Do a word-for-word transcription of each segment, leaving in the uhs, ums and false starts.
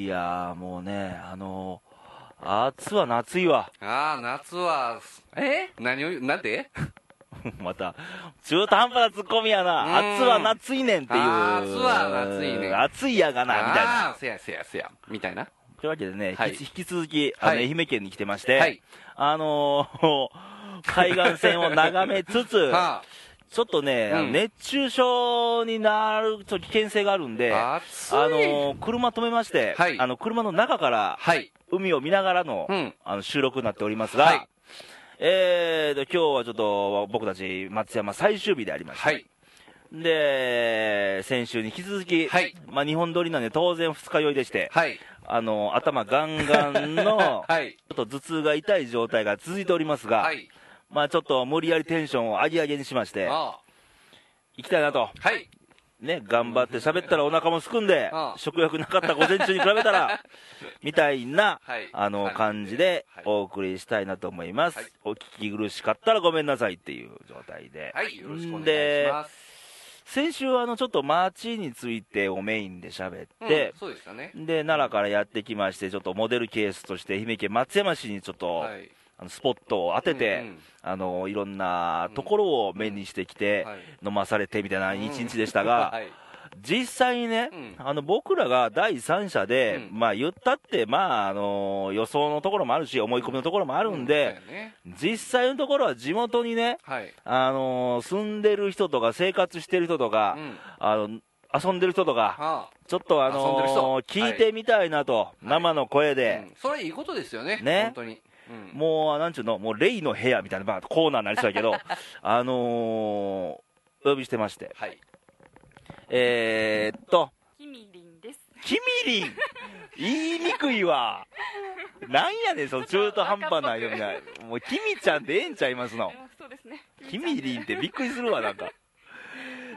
やーもうね、あのー、暑は夏いわ。 ああ、夏は、え何を、なんてまた、中途半端なツッコミやな。暑は夏いねんっていう。 暑は夏いねん。 暑いやがな、みたいな。 ああ、せやせやせや、みたいな。 というわけでね、 はい、 引き続き、あの、 はい、 愛媛県に来てまして、 はい、 あのー、海岸線を眺めつつ、はあ、ちょっとね、うん、あの熱中症になると危険性があるんで、あのー、車止めまして、はい、あの車の中から、はい、海を見ながらの、うん、あの収録になっておりますが、はい、えーと、今日はちょっと僕たち松山最終日でありまして、はい、で、先週に引き続き、はい、まあ日本撮りなんで当然二日酔いでして、はい、あの、頭ガンガンの、はい、ちょっと頭痛が痛い状態が続いておりますが、はい、まあちょっと無理やりテンションを上げ上げにしまして、ああ行きたいなと。はい。ね、頑張って喋ったらお腹もすくんで、ああ食欲なかった午前中に比べたら、みたいな、はい、あの、感じでお送りしたいなと思います。はい、お聞き苦しかったらごめんなさいっていう状態で。 はい、よろしくお願いします。 先週あのちょっと街についてをメインで喋って、 うん、そうでしたね。 で、奈良からやってきまして、ちょっとモデルケースとして愛媛県松山市にちょっと、はい、あのスポットを当てて、うんうん、あのいろんなところを目にしてきて、うんはい、飲まされてみたいな一日でしたが、うんはい、実際にね、うん、あの僕らが第三者で、うん、まあ言ったってまああの予想のところもあるし思い込みのところもあるんで、うんね、実際のところは地元にね、はい、あの住んでる人とか生活してる人とか、うん、あの遊んでる人とか、はあ、ちょっとあのー、聞いてみたいなと、はい、生の声で、はいうん、 それいいことですよね、 ね本当に。 うん、もうなんちゅうのもうレイの部屋みたいな、まあ、コーナーになりそうやけどあのー、お呼びしてまして、はい、えー、っとキミリンです。 キミリン言いにくいわなんやねんその中途半端な読みなもうキミちゃんってええんちゃいますのそうですね、 キミリンってびっくりするわなんか、はい、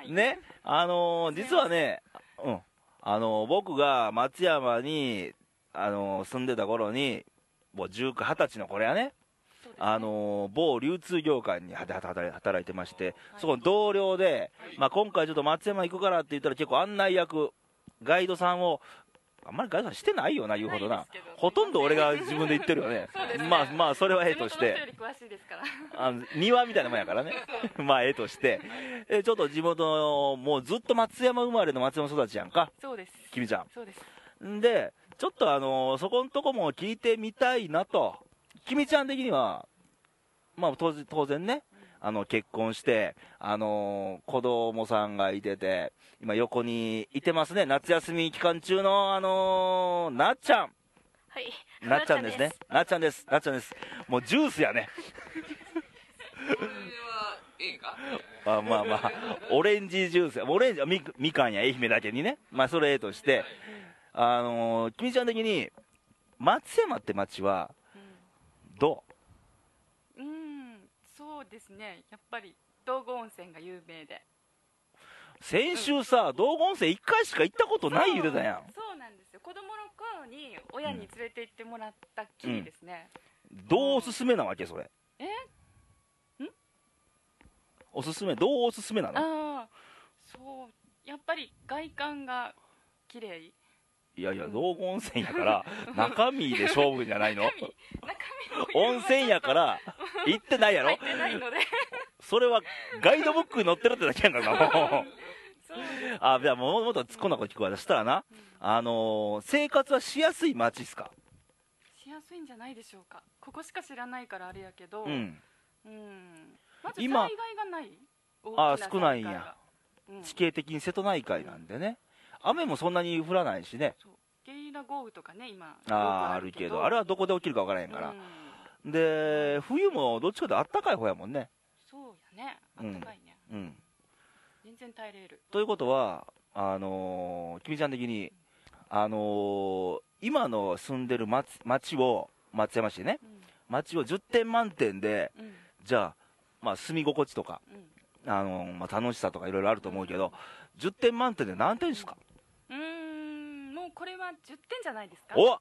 ねあのー、実はねうんあのー、僕が松山に、あのー、住んでた頃にもうじゅうきゅう、はたちのこれやね、ねあのー、某流通業界に働いてまして、はい、そこの同僚で、まあ、今回ちょっと松山行くからって言ったら結構案内役ガイドさんをあんまりガイドさんしてないよな言うほどな、ほとんど俺が自分で言ってるよねね、まあまあそれはええとしてあの庭みたいなもんやからねまあええとしてえちょっと地元のもうずっと松山生まれの松山育ちやんか。 そうです君ちゃん。 そうです。 んでちょっとあのー、そこのとこも聞いてみたいなと。君ちゃん的にはまあ当然、当然ね、あの結婚して、あのー、子供さんがいてて今横にいてますね。夏休み期間中のあのー、なっちゃん。 はい、 なっちゃんですね。なっちゃんですなっちゃんです。もうジュースやねそれはええかあまあまあオレンジジュースオレンジみみかんや愛媛だけにね、まあそれええとして、あのー、君ちゃん的に松山って町はどう、うん、うんそうですね、やっぱり道後温泉が有名で先週さ、うん、道後温泉いっかいしか行ったことない言うてたやん。 そうなんですよ、子供の頃に親に連れて行ってもらったきりですね、 うん、どうおすすめなわけそれ。 えんおすすめどうおすすめなの。 あそうやっぱり外観が綺麗。 いやいや道後温泉やから中身で勝負じゃないの温泉やから行ってないやろ。 入ってないのでそれはガイドブックに載ってるってだけやんからなもうあじゃあもうもっと突っ込んだこと聞くわ。したらな、うん、あのー、生活はしやすい街ですか。 しやすいんじゃないでしょうか。ここしか知らないからあれやけど、 うんうん、まず災害がない。 あ少ないんや、うん、地形的に瀬戸内海なんでね、雨もそんなに降らないしね。 ゲリラ豪雨とかね今ああるけどあれはどこで起きるか分からへんから、うん、で冬もどっちかとあったかい方やもんね。 そうやね、あったかいね、 うん、うん、 全然耐えれる。 ということはあのー、君ちゃん的にあのー、今の住んでる町、町を松山市ね、うん、町をじゅってん満点で、うん、じゃあ、まあ、住み心地とか、うん、あのーまあ、楽しさとかいろいろあると思うけど、うん、じゅってん満点で何点ですか。 うーんもうこれはじゅってんじゃないですか。 お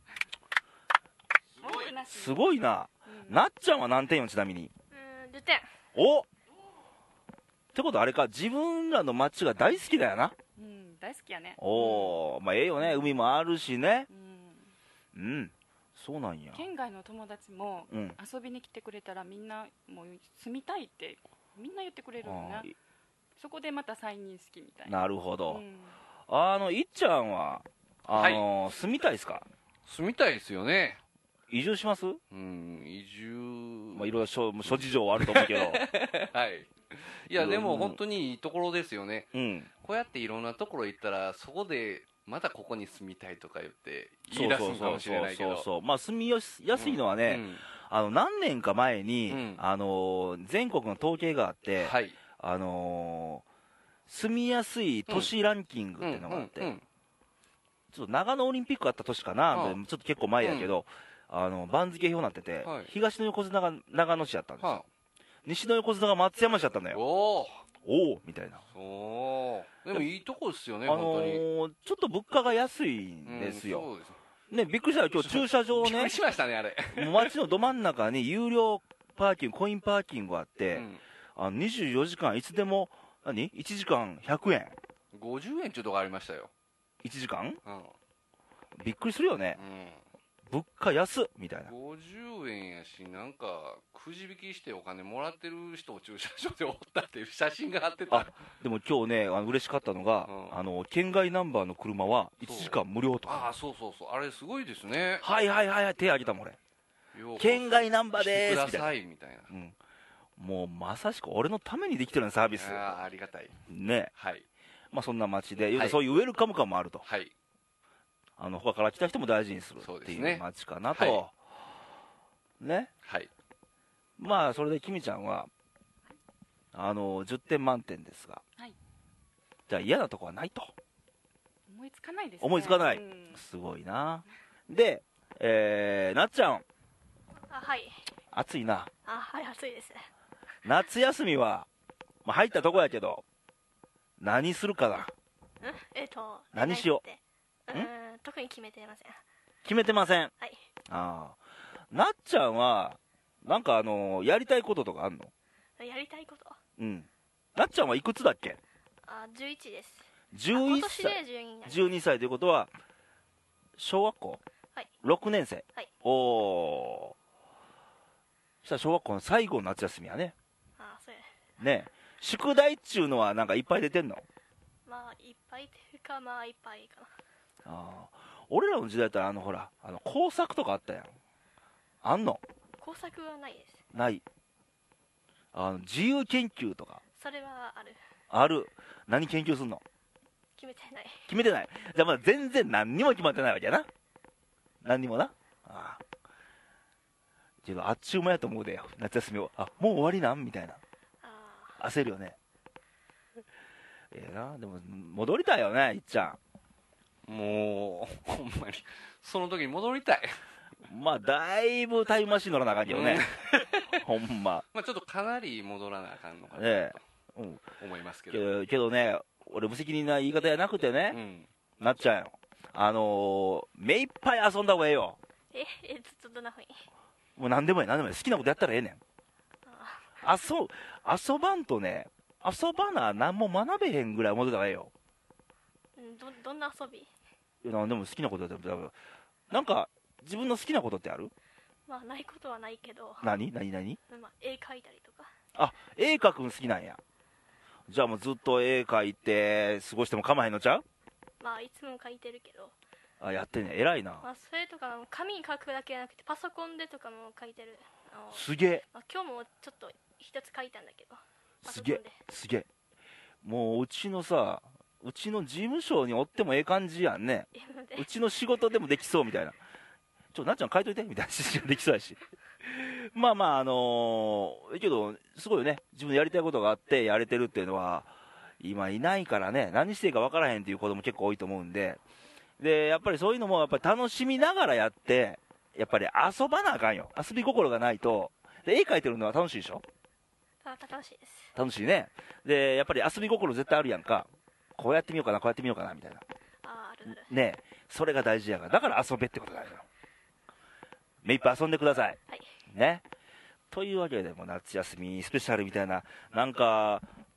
すごいな、うん、なっちゃんは何点よちなみに。 うーんじゅってん。 おってことはあれか自分らの町が大好きだよな。 うん大好きやね。 おお、まあええよね、海もあるしね、 うんうん、そうなんや。 県外の友達も遊びに来てくれたらみんなもう住みたいってみんな言ってくれるよね。そこでまた再認識みたいな。 なるほど、うん、あのいっちゃんはあの、はい、住みたいですか？ 住みたいですよね。 移住します？ うん、移住、 まあいろいろ諸事情はあると思うけどはいいやでも本当にいいところですよね、うん、こうやっていろんなところ行ったらそこでまたここに住みたいとか言って言い出すかもしれないけど、そうそうそうそう、 まあ住みやすいのはね、うんうん、あの何年か前に、うん、あの全国の統計があって、はい、あのー、住みやすい都市ランキングっていうのがあって、うんうんうんうん、ちょっと長野オリンピックあった年かな、うん、ちょっと結構前やけど、うん、あの番付表になってて、はい、東の横綱が長野市やったんですよ、はあ、西の横綱が松山市やったんだよ。おおおみたいな。 おでもいいとこですよね、 あのー、 本当にちょっと物価が安いんですよ、うん、そうですね。びっくりしたよ、今日駐車場ね、 びっくりしましたね、あれ街のど真ん中に有料パーキング、コインパーキングがあって、うん、あのにじゅうよじかんいつでも何いちじかんひゃくえん、 ごじゅうえんちゅうとこありましたよ、 いちじかん、うん、びっくりするよね、うん、物価安っみたいな。 ごじゅうえんやし、なんかくじ引きしてお金もらってる人を駐車場でおったっていう写真が貼ってた。あでも今日ね、あの嬉しかったのが、うん、あの県外ナンバーの車はいちじかん無料とか。 ああそうそうそう、あれすごいですね。 はいはいはいはい、手挙げたもん俺、県外ナンバーでーすみたいな、みたいな、 うん、もうまさしく俺のためにできてるサービス。 あありがたいね。 はい、 まあそんな街で、はい、そういうウェルカム感もあると、 はい、 あの他から来た人も大事にするっていう街かなと、はい、ね、 はい、 まあそれできみちゃんはあのじゅってん満点ですが、はい、じゃあ嫌なとこはないと。 思いつかないですね。 思いつかない、うん、すごいな。で、えー、なっちゃん、 あはい、 暑いな。 あはい暑いです。 夏休みは、まあ、入ったとこやけど何するかな。んえっと何しよう。うん特に決めてません。 決めてません。 はい。 ああ、なっちゃんはなんかあのー、やりたいこととかあんの？ やりたいこと。 うん。なっちゃんはいくつだっけ？ あじゅういちです。 じゅういっさい。今年でじゅうにになります。じゅうにさいということは小学校？ はい。 ろくねんせい。 はい。 おお。そしたら小学校の最後の夏休みやね。 ああそうやね。宿題っちゅうのはなんかいっぱい出てんの？ まあいっぱいっていうかまあいっぱいかな。 ああ、俺らの時代だったらあのほらあの工作とかあったやん。あんの？ 工作はないです。 ない。あの自由研究とか。 それはある。 ある。何研究すんの？ 決めてない。 決めてない。じゃあまだ全然何にも決まってないわけやな。何にもな。ああ。けどあっちゅう間やと思うでよ、夏休みを。あもう終わりなんみたいな。あ焦るよね。ええな。でも戻りたいよね、いっちゃん。 もうほんまにその時に戻りたい。 まあだいぶタイムマシン乗らなあかんけどね、ほんま。 まあちょっとかなり戻らなあかんのかなと、ええうん、思いますけど。 けどけどね、俺無責任な言い方じゃなくてね、うん、なっちゃうよ、あのー、目いっぱい遊んだ方がええよ。 ええずっとどんなふうに？ もう何でもええ何でもええ、好きなことやったらええねん。あそう遊ばんとね、遊ばな何も学べへんぐらい思ってた方がええよ。 どどんな遊び？ いや何でも好きなことやったら、なんか自分の好きなことってある？ まあないことはないけど。 何何何？ まあ、絵描いたりとか。 あ絵描くん好きなんや。じゃあもうずっと絵描いて過ごしても構わへんのちゃう？ まあいつも描いてるけど。 あやってんねん、偉いな。 まあそれとか紙に描くだけじゃなくてパソコンでとかも描いてる。 すげえ、 まあ、今日もちょっと一つ描いたんだけど。 すげえすげえ。もううちのさ、うちの事務所におってもええ感じやんね。うちの仕事でもできそうみたいな。ちょなっちゃん書いといてみたいな指示ができそうやしまあまああのー、けどすごいよね、自分でやりたいことがあってやれてるっていうのは今いないからね、何していいか分からへんっていう子供結構多いと思うんで、でやっぱりそういうのもやっぱり楽しみながらやって、やっぱり遊ばなあかんよ。遊び心がないと。で絵描いてるのは楽しいでしょ？ 楽しいです。 楽しいね。でやっぱり遊び心絶対あるやんか。こうやってみようかなこうやってみようかなみたいな。 ああるあるね、それが大事やから、だから遊べってことだよ。目いっぱい遊んでください、 はい、 ね。というわけでも夏休みスペシャルみたいな、なんか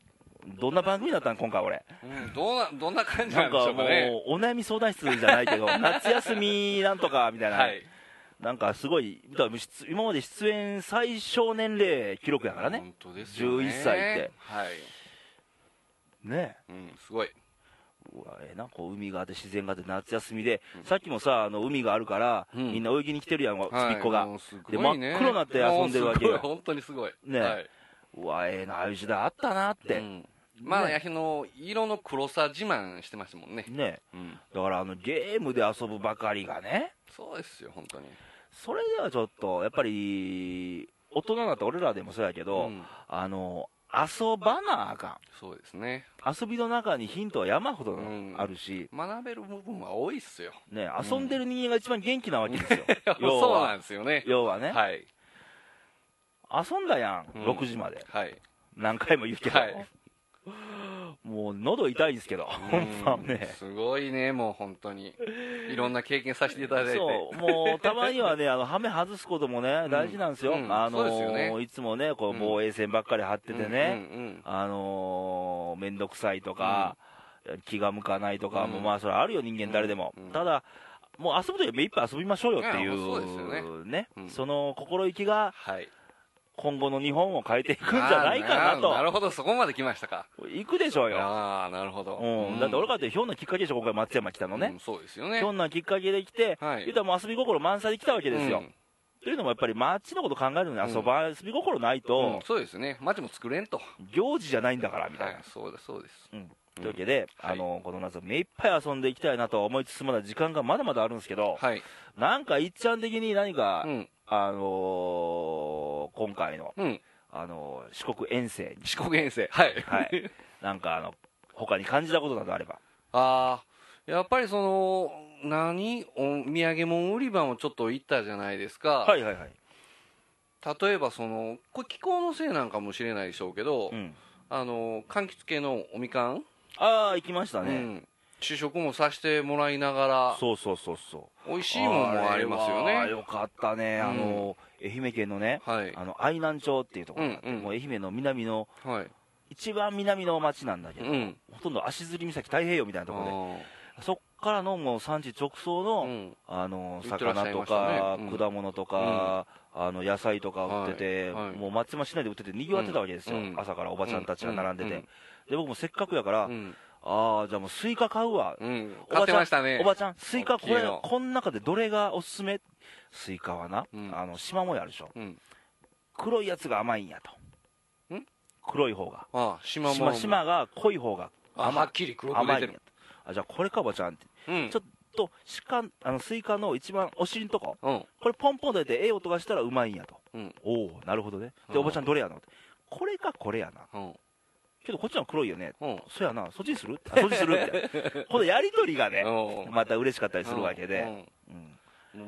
どんな番組だったん今回俺、 うん、どんなどんな感じなんでしょうかね。 なんかもうお悩み相談室じゃないけど夏休みなんとかみたいな、はい、なんかすごい今まで出演最小年齢記録やからね。 本当ですよね。 じゅういっさいって、 はいねえ、うん、すごい。 うわええな、こう海があって自然があって夏休みで、うん、さっきもさあの海があるから、うん、みんな泳ぎに来てるやん、ちびっこが、はい、で真っ黒になって遊んでるわけよ。 本当にすごいね、はい、うわええな、ああいう時代あったなって、うん、 まあ、ね、あの色の黒さ自慢してましたもんね。 ね、うん、だからあのゲームで遊ぶばかりがね。 そうですよ本当に。 それではちょっとやっぱり大人だと俺らでもそうやけど、うん、あの遊ばなあかん。 そうですね。 遊びの中にヒントは山ほどあるし、 うん、学べる部分は多いっすよ。 ね、遊んでる人間が一番元気なわけですよ。 要はそうなんですよね。 要はね。 はい。 遊んだやん、うん、ろくじまで。 はい。 何回も言うけど。はい、もう喉痛いですけど、ほんまね。 すごいね、もう本当に。いろんな経験させていただいて。 そう、もうたまにはね、あの、ハメ外すこともね、大事なんですよ。うん、あのーね、いつもね、こう、防衛線ばっかり張っててね、あのー、めんどくさいとか、うん、気が向かないとか、うん、もうまあ、それあるよ、人間誰でも。うん、ただ、もう遊ぶときは目いっぱい遊びましょうよっていう、そうですよね。ね、うん、その心意気が、はい。今後の日本を変えていくんじゃないかなと。 なるほど、そこまで来ましたか。 行くでしょうよ。 ああ、なるほど。 うん。だって俺かってひょんなきっかけでしょ、今回松山来たのね。 うん、そうですよね。 ひょんなきっかけで来て、はい、言うたらもう遊び心満載で来たわけですよ。うん、というのもやっぱり街のこと考えるのに遊ば、うん、遊び心ないと、うん、 そうですね。街も作れんと。 行事じゃないんだからみたいな。 はい、そうですそうです。 うん。というわけで、うん、あの、はい、この夏目いっぱい遊んでいきたいなと思いつつまだ時間がまだまだあるんですけど、はい、なんかいっちゃん的に何か、うん、あのー、今回の。うんあの四国遠征四国遠征はい、 はい、なんかあの他に感じたことなどあれば。 ああやっぱりその何お土産物売り場もちょっと行ったじゃないですか。 はいはいはい。 例えばそのこれ気候のせいなんかもしれないでしょうけど、うん、あの柑橘系のおみかんああ行きましたね、うん、 試食もさせてもらいながらそうそうそうそう美味しいものもありますよね。 あよかったね、うん、あの愛媛県のね、はい、あの愛南町っていうところがあって、うんうん、もう愛媛の南の、はい、一番南の町なんだけど、うん、ほとんど足摺岬太平洋みたいなところでそっからのもう産地直送の、うん、あの魚とか、ねうん、果物とか、うん、あの野菜とか売ってて、はいはい、もう松山市内で売っててにぎわってたわけですよ、うん、朝からおばちゃんたちが並んでて、うん、で僕もせっかくやから、うんああじゃあもうスイカ買うわ、 うん、買ってましたね。 おばちゃんスイカこれこの中でどれがおすすめ。スイカはな、うん、あの縞模様あるでしょ、うん、黒いやつが甘いんやとん黒い方がああ縞模様縞が濃い方が甘はっきり黒く出てるあじゃあこれかおばちゃんって、うん、ちょっとしかあのスイカの一番お尻のとこ、うん、これポンポン出てええ音がしたらうまいんやと、うん、おおなるほどねでおばちゃんどれやのってこれかこれやな、うんけどこっちの黒いよね、うん、そやなそっちにするそっちにするみたいなこのやり取りがねまた嬉しかったりするわけでうん、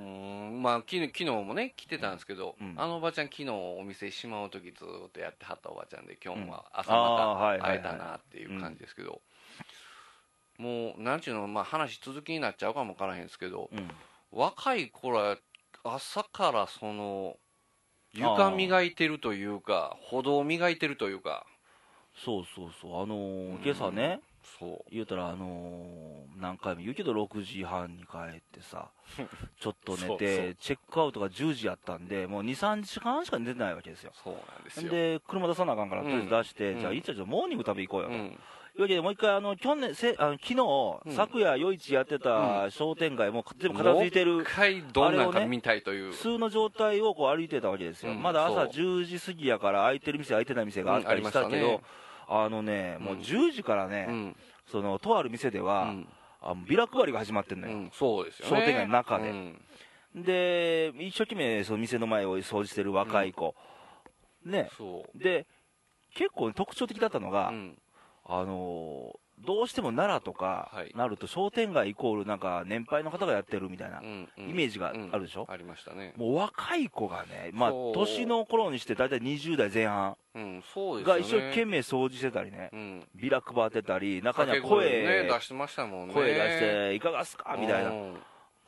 うんまあ昨日、昨日もね来てたんですけど、うん、あのおばちゃん昨日お店しまう時ずっとやってはったおばちゃんで今日も朝また会えたなっていう感じですけど、うん、もうなんちゅうの、まあ、話続きになっちゃうかもわからへんですけど、うん、若い頃は朝からその床磨いてるというか歩道磨いてるというかそうそうそうあのー、今朝ねそう言うたらあのー、何回も言うけどろくじはんに帰ってさちょっと寝てそうそうチェックアウトがじゅうじやったんでもうにさんじかんしか寝てないわけですよ。 そうなんですよで車出さなあかんからとりあえず出して、うん、じゃあいつはじゃあモーニング食べ行こうよと、うん、いうわけでもう一回あの去年せあの昨日、うん、昨夜夜市やってた商店街も全部片付いてる、もう一回どんなんか見たいという、 ね、普通の状態をこう歩いてたわけですよ、うん、まだ朝じゅうじ過ぎやから空いてる店空いてない店があったりしたけど、うんあのね、もうじゅうじからね、うん、そのとある店では、うん、あビラ配りが始まってるのよ、うん、 そうですよね、 商店街の中で、うん、で一生懸命その店の前を掃除してる若い子、うん、ねで結構特徴的だったのが、あのーどうしても奈良とかなると商店街イコールなんか年配の方がやってるみたいなイメージがあるでしょ、 うんうん、ありましたね。 もう若い子がね、まあ年の頃にして大体にじゅう代前半が一生懸命掃除してたりね、うん、ビラ配ってたり中には声、 ね、出してましたもんね。 声出していかがっすかみたいな、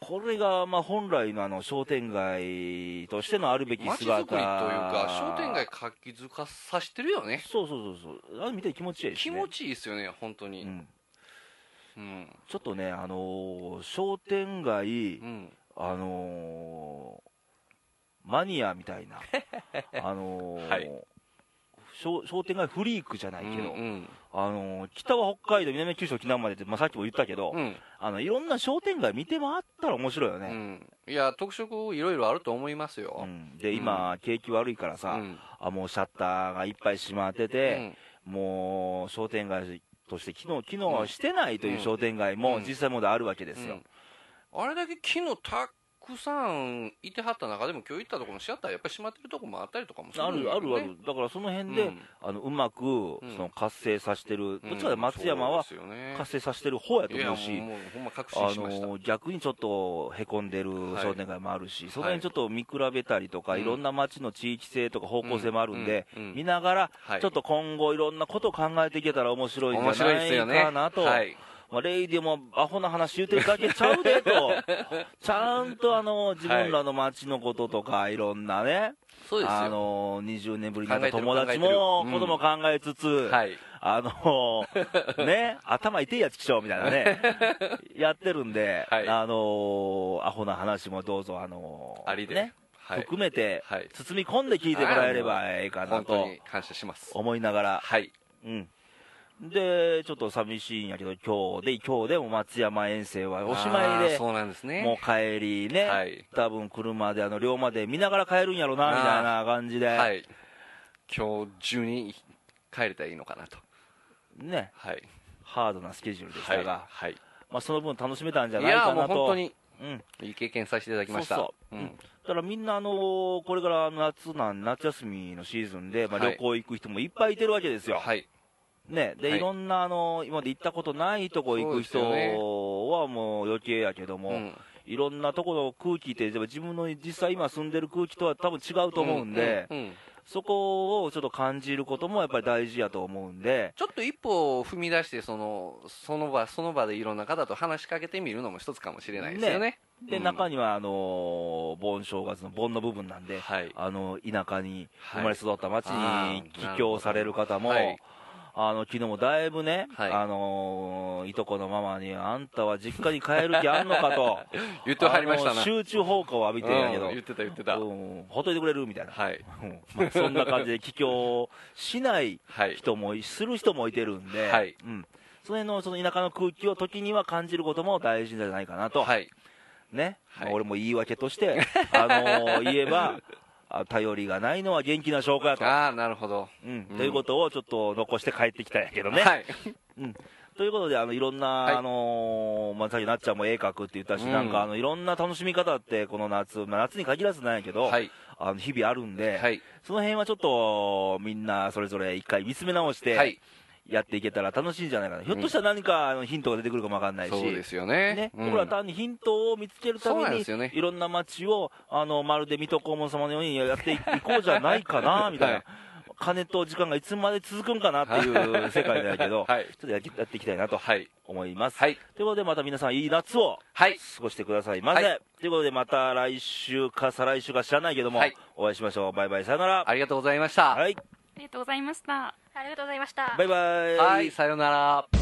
これがまあ本来のあの商店街としてのあるべき姿、 街づくりというか商店街活気づかさしてるよね。 そうそうそうそう、あれ見て気持ちいいですね。 気持ちいいですよね本当に、うんうん、ちょっとね、あのー、商店街、うん、あのー、マニアみたいなあのーはい、商, 商店街フリークじゃないけど、うんうん、あのー、北は北海道、南は九州、沖縄までって、まあ、さっきも言ったけど、うん、あのいろんな商店街見て回ったら面白いよね、うん、 いや特色いろいろあると思いますよ、 うん、で今、うん、景気悪いからさ、うん、あもうシャッターがいっぱい閉まってて、もう商店街として機能機能してないという商店街も実際まだあるわけですよ、 うんうん、あれだけ機能たくさんいてはった中でも今日行ったところのシャッターやっぱり閉まってるところもあったりとかもするんだよね。 あるあるある、だからその辺で、うん、あのうまくその活性させてる、うん、どっちかで松山は活性させてる方やと思うし、 もうほんま確信しました。 あの逆にちょっとへこんでる商店街もあるし、はい、その辺ちょっと見比べたりとか、はい、いろんな街の地域性とか方向性もあるんで、うんうんうん、見ながら、はい、ちょっと今後いろんなことを考えていけたら面白いんじゃないかなと。まあ、レイでもアホな話言うてるだけちゃうでとちゃんとあの自分らの街のこととかいろんなね、 そうですよ、 あのにじゅうねんぶりになった友達も子供考えつつ、うん、はい、あのね頭痛いやつ来ちゃうみたいなねやってるんで、はい、あのアホな話もどうぞあのありでね、はい、含めて包み込んで聞いてもらえればええかなと、 本当に感謝します思いながら、 はい、 うん、でちょっと寂しいんやけど今日で今日でも松山遠征はおしまいで、 そうなんですね、 もう帰りね、はい、多分車であの龍馬で見ながら帰るんやろなみたいな感じで、はい、 今日中に帰れたらいいのかなとね、 はい、 ハードなスケジュールでしたが、 はいはい、 まあ、その分楽しめたんじゃないかなと。いやもう本当に、うん、いい経験させていただきました。 そうそう、うん、だからみんなあのー、これから夏なん夏休みのシーズンで、まあ、旅行行く人もいっぱいいてるわけですよ、はい、ね、で、はい、いろんなあの今まで行ったことないとこ行く人はもう余計やけども、うん、いろんなところの空気って自分の実際今住んでる空気とは多分違うと思うんで、うんうんうん、そこをちょっと感じることもやっぱり大事やと思うんで、 ちょっと一歩踏み出してそのその場その場でいろんな方と話しかけてみるのも一つかもしれないですよね。ねで、うん、中にはあの盆正月の盆の部分なんで、はい、あの田舎に生まれ育った町に帰郷される方も、はい、あの昨日もだいぶね、はい、あのー、いとこのママにあんたは実家に帰る気あんのかと言ってはりましたな、 集中放火を浴びてるんやけど、 うん、言ってた言ってた、 うん、ほっといてくれるみたいな、はい、まあ、そんな感じで帰郷しない人も、はい、する人もいてるんで、はい、うん、その辺のその田舎の空気を時には感じることも大事じゃないかなと、はい、ね、はい、まあ、俺も言い訳としてあのー、言えば頼りがないのは元気な証拠やと。 ああ、なるほど、 うん、うん、ということをちょっと残して帰ってきたんやけどね、はい、うん、ということであのいろんな、はい、あのー、まあ、さっきなっちゃんも絵描くって言ったし、うん、なんかあのいろんな楽しみ方ってこの夏、まあ、夏に限らずなんやけど、はい、あの日々あるんで、はい、その辺はちょっとみんなそれぞれ一回見つめ直して、はい、やっていけたら楽しいんじゃないかな、うん、ひょっとしたら何かあのヒントが出てくるかもわかんないし、 そうですよね、 ね、うん、僕らは単にヒントを見つけるために、ね、いろんな街をあのまるで水戸黄門様のようにやっていこうじゃないかなみたいな、はい、金と時間がいつまで続くんかなっていう世界だけど、はい、ちょっとやってやっていきたいなと思います、はい、ということでまた皆さんいい夏を過ごしてくださいませ、はい、ということでまた来週か再来週か知らないけども、はい、お会いしましょう。バイバイ、さよなら。 ありがとうございました。 はい、ありがとうございました。 ありがとうございました。 バイバイ。 はい、さよなら。